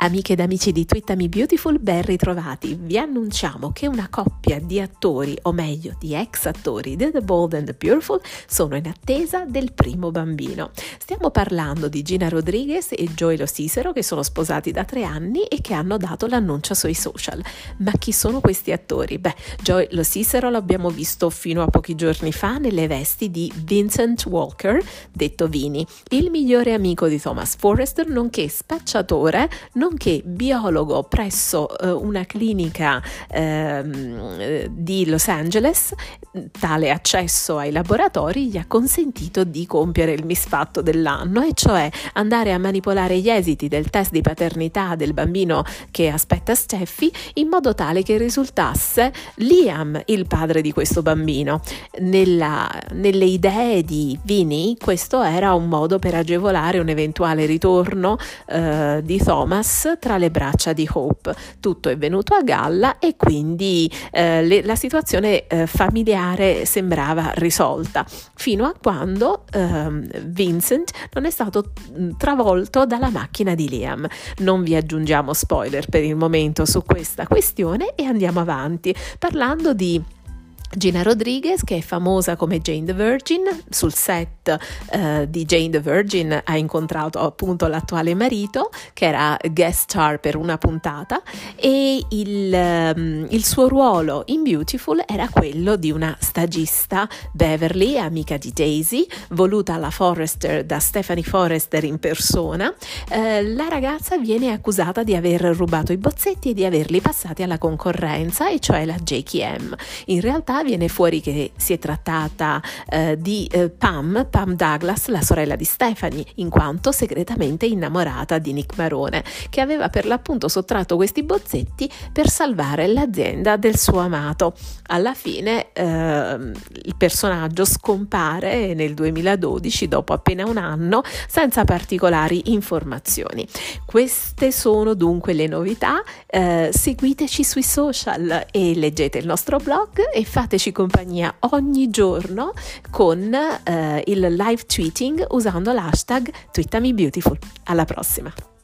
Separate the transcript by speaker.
Speaker 1: Amiche ed amici di Twittami Beautiful, ben ritrovati. Vi annunciamo che una coppia di attori, o meglio di ex attori di The Bold and the Beautiful, sono in attesa del primo bambino. Stiamo parlando di Gina Rodriguez e Joey Lo Cicero, che sono sposati da 3 anni e che hanno dato l'annuncio sui social. Ma chi sono questi attori? Joey Lo Cicero l'abbiamo visto fino a pochi giorni fa nelle vesti di Vincent Walker, detto Vini, il migliore amico di Thomas Forrester, nonché spacciatore, nonché biologo presso una clinica di Los Angeles. Tale accesso ai laboratori gli ha consentito di compiere il misfatto dell'anno, e cioè andare a manipolare gli esiti del test di paternità del bambino che aspetta Steffi, in modo tale che risultasse Liam il padre di questo bambino. Nelle idee di Vinny questo era un modo per agevolare un eventuale ritorno di Thomas tra le braccia di Hope. Tutto è venuto a galla e quindi la situazione familiare sembrava risolta, fino a quando Vincent non è stato travolto dalla macchina di Liam. Non vi aggiungiamo spoiler per il momento su questa questione e andiamo avanti parlando di Gina Rodriguez, che è famosa come Jane the Virgin. Sul set di Jane the Virgin ha incontrato appunto l'attuale marito, che era guest star per una puntata, e il suo ruolo in Beautiful era quello di una stagista, Beverly, amica di Daisy, voluta alla Forrester da Stephanie Forrester in persona. La ragazza viene accusata di aver rubato i bozzetti e di averli passati alla concorrenza, e cioè la JKM. In realtà viene fuori che si è trattata di Pam Douglas, la sorella di Stephanie, in quanto segretamente innamorata di Nick Marone, che aveva per l'appunto sottratto questi bozzetti per salvare l'azienda del suo amato. Alla fine il personaggio scompare nel 2012, dopo appena un anno, senza particolari informazioni. Queste sono dunque le novità. Seguiteci sui social e leggete il nostro blog e fateci compagnia ogni giorno con il live tweeting usando l'hashtag Twittami Beautiful. Alla prossima!